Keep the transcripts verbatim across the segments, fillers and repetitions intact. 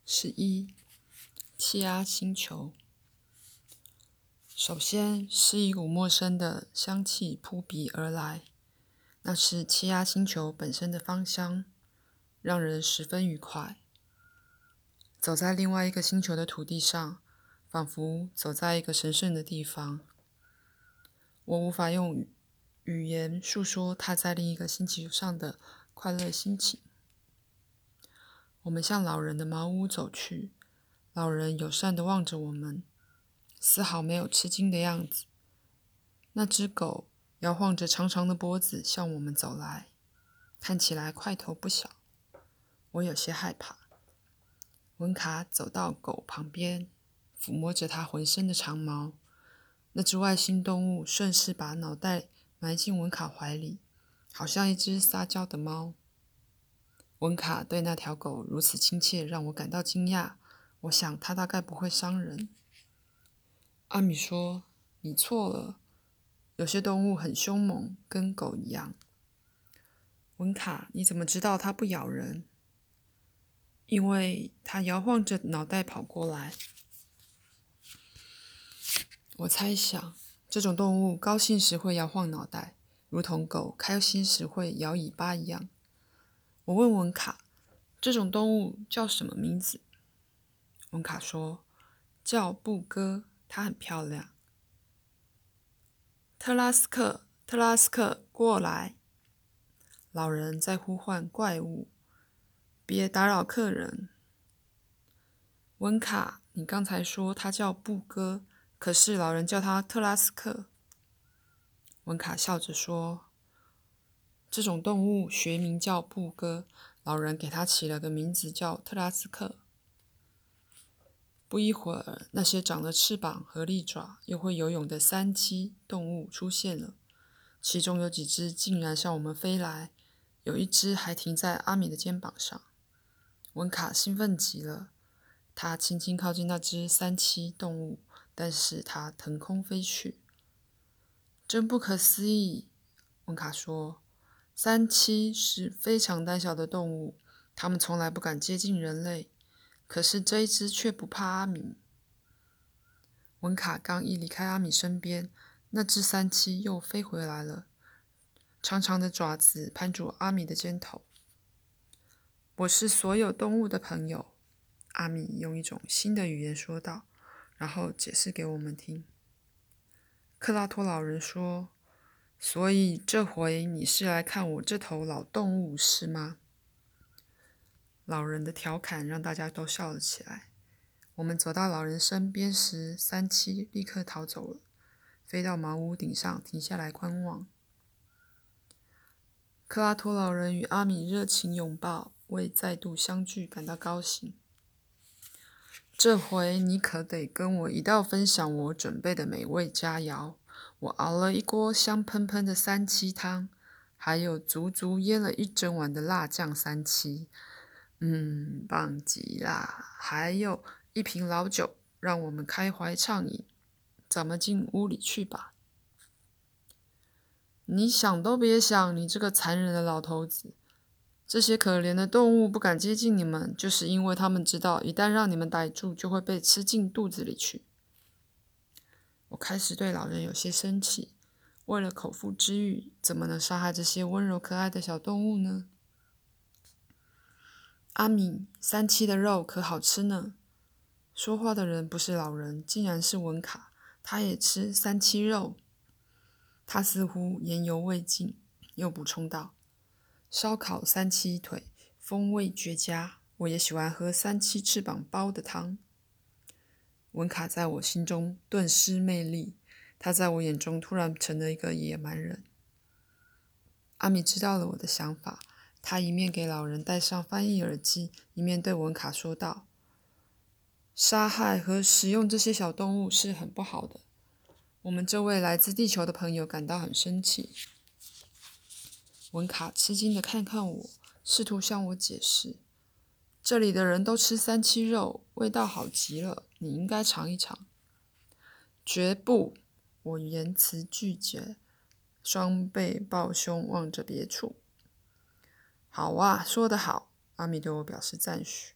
十一，气压星球。首先是一股陌生的香气扑鼻而来，那是气压星球本身的芳香，让人十分愉快。走在另外一个星球的土地上，仿佛走在一个神圣的地方。我无法用语言述说踏在另一个星球上的快乐心情。我们向老人的茅屋走去，老人友善地望着我们，丝毫没有吃惊的样子。那只狗摇晃着长长的脖子向我们走来，看起来块头不小。我有些害怕。文卡走到狗旁边，抚摸着它浑身的长毛。那只外星动物顺势把脑袋埋进文卡怀里，好像一只撒娇的猫。文卡对那条狗如此亲切，让我感到惊讶。我想它大概不会伤人。阿米说：“你错了，有些动物很凶猛，跟狗一样。”文卡，你怎么知道它不咬人？因为它摇晃着脑袋跑过来。我猜想，这种动物高兴时会摇晃脑袋，如同狗开心时会摇尾巴一样。我问文卡，这种动物叫什么名字？文卡说，叫布哥，它很漂亮。特拉斯克，特拉斯克，过来！老人在呼唤怪物，别打扰客人。文卡，你刚才说他叫布哥，可是老人叫他特拉斯克。文卡笑着说，这种动物学名叫布哥，老人给他起了个名字叫特拉斯克。不一会儿，那些长了翅膀和利爪又会游泳的三栖动物出现了，其中有几只竟然向我们飞来，有一只还停在阿米的肩膀上。文卡兴奋极了，他轻轻靠近那只三栖动物，但是它腾空飞去。真不可思议，文卡说，三栖是非常胆小的动物，它们从来不敢接近人类，可是这一只却不怕阿米。文卡刚一离开阿米身边，那只三栖又飞回来了，长长的爪子攀住阿米的肩头。我是所有动物的朋友，阿米用一种新的语言说道，然后解释给我们听。克拉托老人说，所以这回你是来看我这头老动物是吗？老人的调侃让大家都笑了起来。我们走到老人身边时，三栖立刻逃走了，飞到茅屋顶上停下来观望。克拉托老人与阿米热情拥抱，为再度相聚感到高兴。这回你可得跟我一道分享我准备的美味佳肴。我熬了一锅香喷喷的三七汤，还有足足腌了一整碗的辣酱三七。嗯，棒极啦！还有一瓶老酒，让我们开怀畅饮。咱们进屋里去吧。你想都别想，你这个残忍的老头子！这些可怜的动物不敢接近你们，就是因为他们知道，一旦让你们逮住，就会被吃进肚子里去。我开始对老人有些生气，为了口腹之欲，怎么能杀害这些温柔可爱的小动物呢？阿米，三七的肉可好吃呢。说话的人不是老人，竟然是文卡，他也吃三七肉。他似乎言犹未尽，又补充道，烧烤三七腿，风味绝佳。我也喜欢喝三七翅膀煲的汤。文卡在我心中顿失魅力，他在我眼中突然成了一个野蛮人。阿米知道了我的想法，他一面给老人戴上翻译耳机，一面对文卡说道，杀害和食用这些小动物是很不好的。我们这位来自地球的朋友感到很生气。文卡吃惊地看看我，试图向我解释，这里的人都吃三七肉，味道好极了，你应该尝一尝。绝不！我言辞拒绝，双背抱胸望着别处。好啊，说得好，阿米对我表示赞许。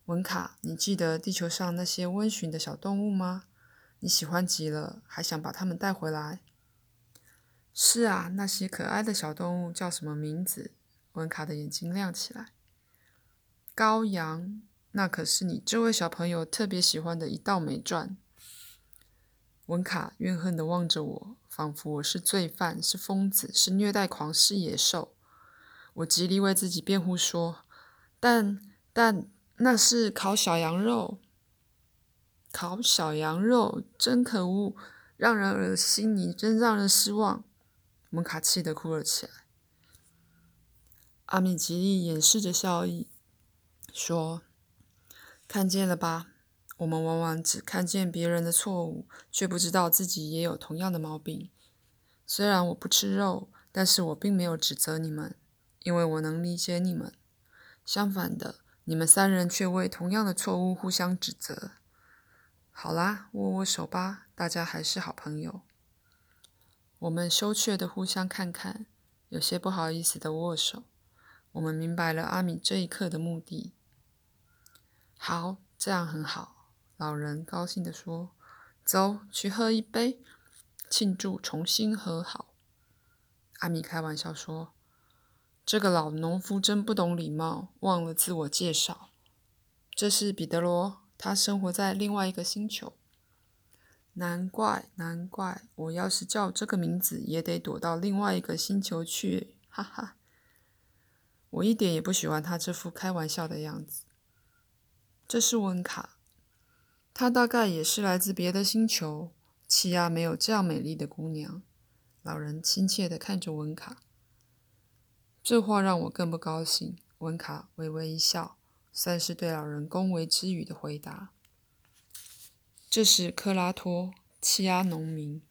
文卡，你记得地球上那些温驯的小动物吗？你喜欢极了，还想把它们带回来？是啊，那些可爱的小动物叫什么名字？文卡的眼睛亮起来。羔羊，那可是你这位小朋友特别喜欢的一道美馔。文卡怨恨地望着我，仿佛我是罪犯，是疯子，是虐待狂，是野兽。我极力为自己辩护说，但但那是烤小羊肉。烤小羊肉，真可恶，让人恶心，你真让人失望。文卡气得哭了起来。阿米极力掩饰着笑意，说：“看见了吧？我们往往只看见别人的错误，却不知道自己也有同样的毛病。虽然我不吃肉，但是我并没有指责你们，因为我能理解你们。相反的，你们三人却为同样的错误互相指责。好啦，握握手吧，大家还是好朋友。”我们羞怯地互相看看，有些不好意思地握手。我们明白了阿米这一刻的目的。好，这样很好，老人高兴地说：“走，去喝一杯，庆祝重新和好。”阿米开玩笑说：“这个老农夫真不懂礼貌，忘了自我介绍。这是彼得罗，他生活在另外一个星球。”难怪，难怪，我要是叫这个名字，也得躲到另外一个星球去，哈哈。我一点也不喜欢他这副开玩笑的样子。这是温卡，她大概也是来自别的星球。奇亚没有这样美丽的姑娘。老人亲切地看着温卡。这话让我更不高兴。温卡微微一笑，算是对老人恭维之语的回答。这是克拉托，契亚农民。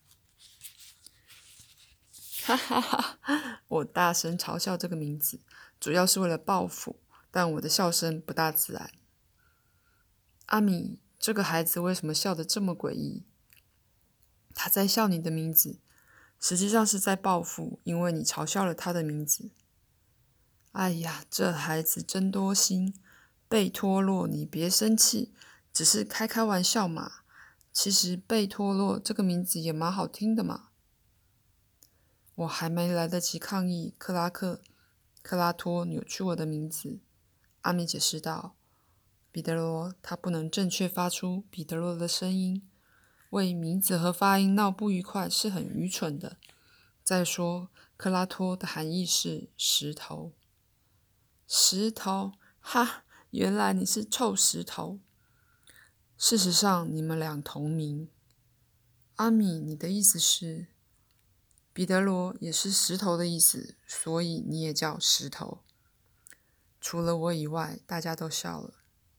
哈哈哈！我大声嘲笑这个名字，主要是为了报复，但我的笑声不大自然。阿米，这个孩子为什么笑得这么诡异？他在笑你的名字，实际上是在报复，因为你嘲笑了他的名字。哎呀，这孩子真多心！贝托洛，你别生气，只是开开玩笑嘛。其实贝托洛这个名字也蛮好听的嘛。我还没来得及抗议，克拉克、克拉托扭曲我的名字。阿米解释道：“彼得罗，他不能正确发出彼得罗的声音，为名字和发音闹不愉快是很愚蠢的。再说，克拉托的含义是石头。石头，哈，原来你是臭石头。事实上，你们俩同名。阿米，你的意思是？”彼得罗也是石头的意思，所以你也叫石头。除了我以外，大家都笑了。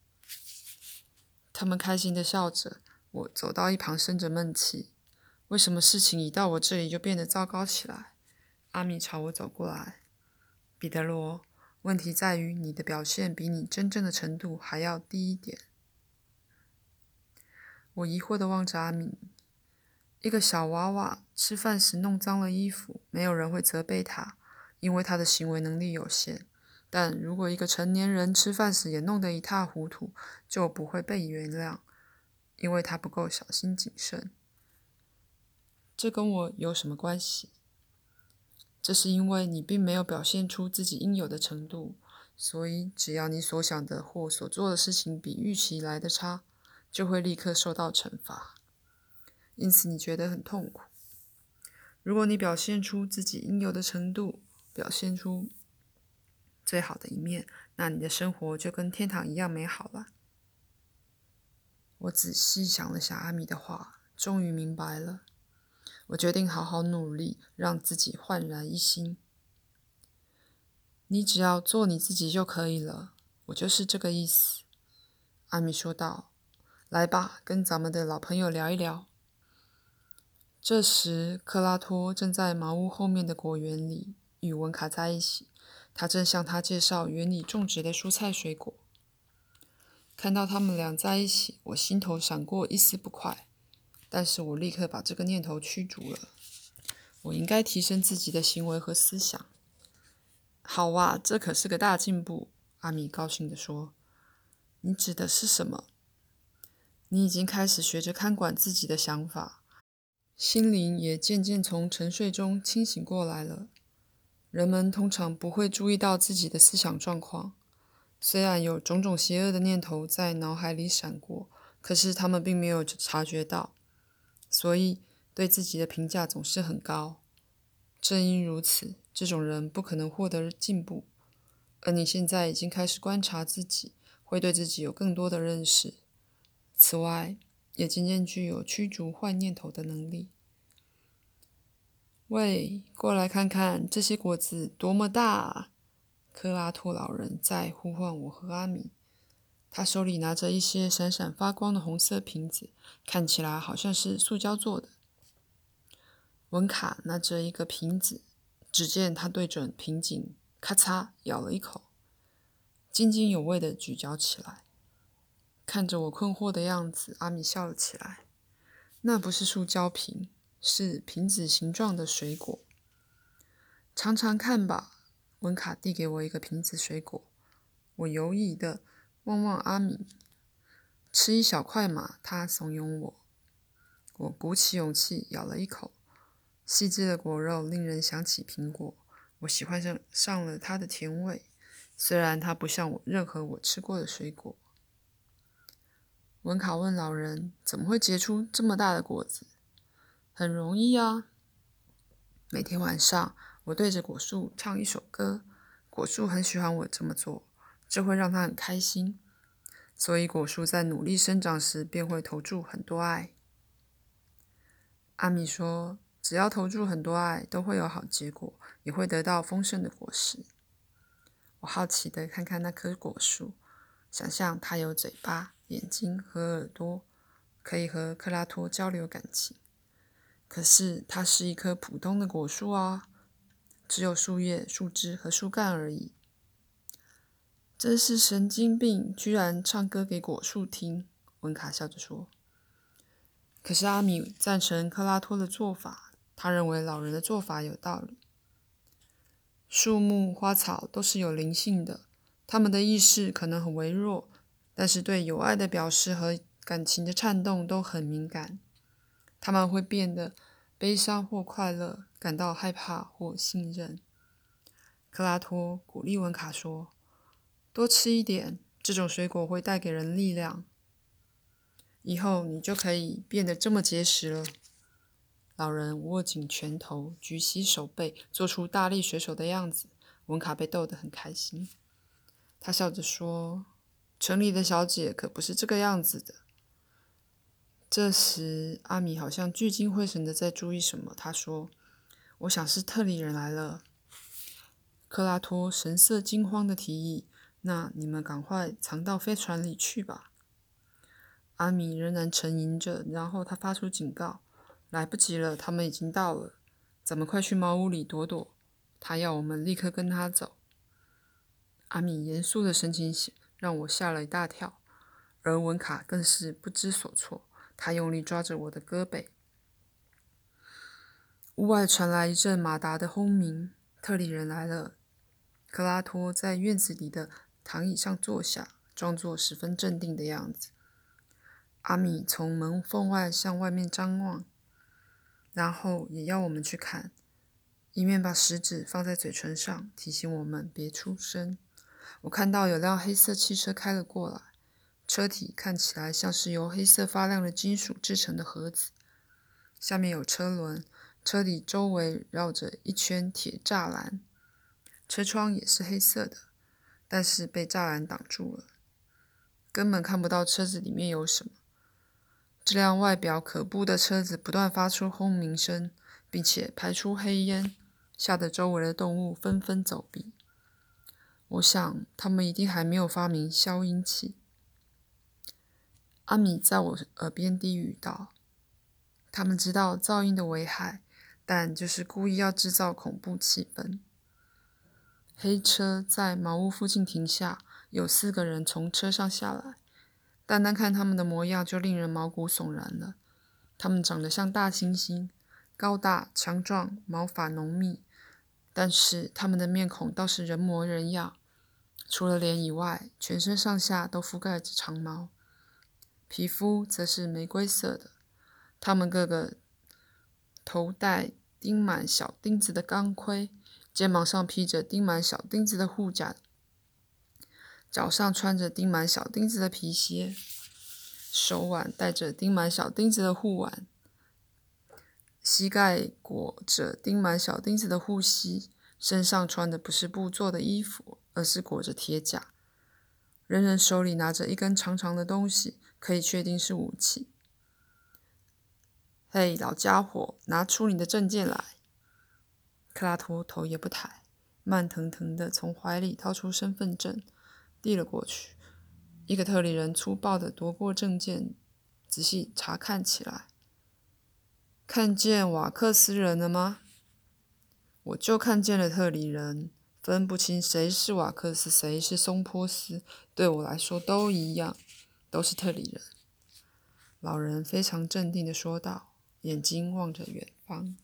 他们开心地笑着。我走到一旁，生着闷气。为什么事情一到我这里就变得糟糕起来？阿米朝我走过来。彼得罗，问题在于你的表现比你真正的程度还要低一点。我疑惑地望着阿米。一个小娃娃吃饭时弄脏了衣服，没有人会责备他，因为他的行为能力有限。但如果一个成年人吃饭时也弄得一塌糊涂，就不会被原谅，因为他不够小心谨慎。这跟我有什么关系？这是因为你并没有表现出自己应有的程度，所以只要你所想的或所做的事情比预期来得差，就会立刻受到惩罚。因此你觉得很痛苦。如果你表现出自己应有的程度，表现出最好的一面，那你的生活就跟天堂一样美好了。我仔细想了想阿米的话，终于明白了。我决定好好努力，让自己焕然一新。你只要做你自己就可以了，我就是这个意思。阿米说道。来吧，跟咱们的老朋友聊一聊。这时，克拉托正在茅屋后面的果园里与文卡在一起，他正向他介绍园里种植的蔬菜水果。看到他们俩在一起，我心头闪过一丝不快，但是我立刻把这个念头驱逐了。我应该提升自己的行为和思想。好哇，这可是个大进步，阿米高兴地说。 你指的是什么？你已经开始学着看管自己的想法，心灵也渐渐从沉睡中清醒过来了。人们通常不会注意到自己的思想状况，虽然有种种邪恶的念头在脑海里闪过，可是他们并没有察觉到，所以对自己的评价总是很高。正因如此，这种人不可能获得进步。而你现在已经开始观察自己，会对自己有更多的认识。此外，也渐渐具有驱逐坏念头的能力。喂，过来看看这些果子多么大啊！克拉托老人在呼唤我和阿米。他手里拿着一些闪闪发光的红色瓶子，看起来好像是塑胶做的。文卡拿着一个瓶子，只见他对准瓶颈，咔嚓咬了一口，津津有味地咀嚼起来。看着我困惑的样子，阿米笑了起来。那不是塑胶瓶，是瓶子形状的水果。尝尝看吧。文卡递给我一个瓶子水果，我犹疑地望望阿米。吃一小块嘛，他怂恿我。我鼓起勇气咬了一口，细致的果肉令人想起苹果，我喜欢上上了它的甜味，虽然它不像我任何我吃过的水果。文卡问老人，怎么会结出这么大的果子？很容易啊。每天晚上，我对着果树唱一首歌，果树很喜欢我这么做，这会让它很开心。所以果树在努力生长时，便会投注很多爱。阿米说，只要投注很多爱，都会有好结果，也会得到丰盛的果实。我好奇地看看那棵果树，想象它有嘴巴、眼睛和耳朵，可以和克拉托交流感情。可是它是一棵普通的果树啊，只有树叶、树枝和树干而已。真是神经病，居然唱歌给果树听，文卡笑着说。可是阿米赞成克拉托的做法，他认为老人的做法有道理。树木、花草都是有灵性的，它们的意识可能很微弱，但是对有爱的表示和感情的颤动都很敏感。它们会变得悲伤或快乐，感到害怕或信任。克拉托鼓励文卡说，多吃一点，这种水果会带给人力量。以后你就可以变得这么结实了。老人握紧拳头，举起手背，做出大力水手的样子。文卡被逗得很开心。他笑着说，城里的小姐可不是这个样子的。这时阿米好像聚精会神地在注意什么，他说，我想是特里人来了。克拉托神色惊慌地提议，那你们赶快藏到飞船里去吧。阿米仍然沉吟着，然后他发出警告，来不及了，他们已经到了，咱们快去茅屋里躲躲。他要我们立刻跟他走。阿米严肃的神情让我吓了一大跳，而文卡更是不知所措，他用力抓着我的胳膊。屋外传来一阵马达的轰鸣，特里人来了。克拉托在院子里的躺椅上坐下，装作十分镇定的样子。阿米从门缝外向外面张望，然后也要我们去看，一面把食指放在嘴唇上，提醒我们别出声。我看到有辆黑色汽车开了过来，车体看起来像是由黑色发亮的金属制成的盒子，下面有车轮，车底周围绕着一圈铁栅栏，车窗也是黑色的，但是被栅栏挡住了，根本看不到车子里面有什么。这辆外表可怖的车子不断发出轰鸣声，并且排出黑烟，吓得周围的动物纷纷走避。我想，他们一定还没有发明消音器。阿米在我耳边低语道，他们知道噪音的危害，但就是故意要制造恐怖气氛。黑车在茅屋附近停下，有四个人从车上下来，单单看他们的模样就令人毛骨悚然了。他们长得像大猩猩，高大强壮，毛发浓密，但是他们的面孔倒是人模人样， 除了脸以外，全身上下都覆盖着长毛，皮肤则是玫瑰色的。他们个个头戴钉满小钉子的钢盔，肩膀上披着钉满小钉子的护甲，脚上穿着钉满小钉子的皮鞋，手腕戴着钉满小钉子的护腕，膝盖裹着钉满小钉子的护膝，身上穿的不是布做的衣服，而是裹着铁甲。人人手里拿着一根长长的东西，可以确定是武器。嘿，老家伙，拿出你的证件来！克拉托头也不抬，慢腾腾地从怀里掏出身份证，递了过去。一个特里人粗暴地夺过证件，仔细查看起来。看见瓦克斯人了吗？我就看见了特里人，分不清谁是瓦克斯，谁是松坡斯，对我来说都一样，都是特里人。老人非常镇定地说道，眼睛望着远方。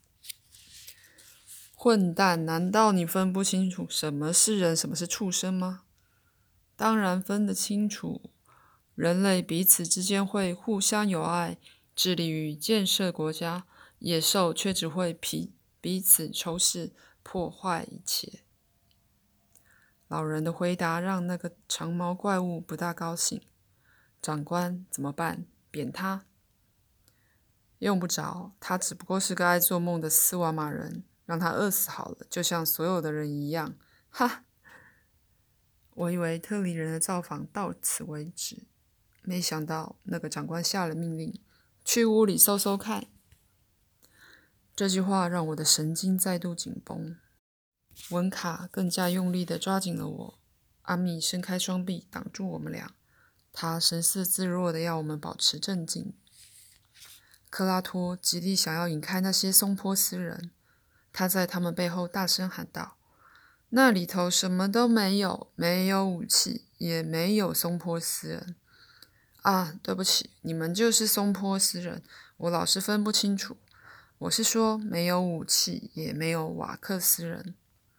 混蛋，难道你分不清楚什么是人，什么是畜生吗？当然分得清楚，人类彼此之间会互相友爱，致力于建设国家，野兽却只会彼彼此仇视，破坏一切。老人的回答让那个长毛怪物不大高兴。长官，怎么办？扁他？用不着，他只不过是个爱做梦的斯瓦玛人，让他饿死好了，就像所有的人一样。哈！我以为特里人的造访到此为止，没想到那个长官下了命令，去屋里搜搜看。这句话让我的神经再度紧绷。文卡更加用力地抓紧了我，阿密伸开双臂挡住我们俩，他神色自若地要我们保持镇静。克拉托极力想要引开那些松坡斯人，他在他们背后大声喊道：“那里头什么都没有，没有武器，也没有松坡斯人。啊，对不起，你们就是松坡斯人，我老是分不清楚。我是说，没有武器，也没有瓦克斯人。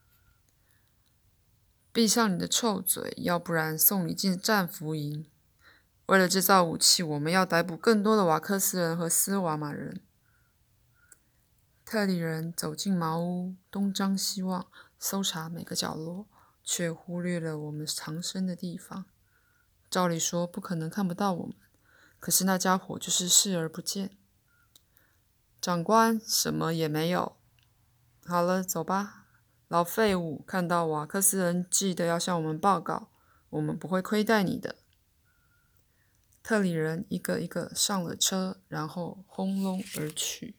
闭上你的臭嘴，要不然送你进战俘营。为了制造武器，我们要逮捕更多的瓦克斯人和斯瓦玛人。”特里人走进茅屋，东张西望，搜查每个角落，却忽略了我们藏身的地方。照理说不可能看不到我们，可是那家伙就是视而不见。长官，什么也没有。好了，走吧，老废物，看到瓦克斯人记得要向我们报告，我们不会亏待你的。特里人一个一个上了车，然后轰隆而去。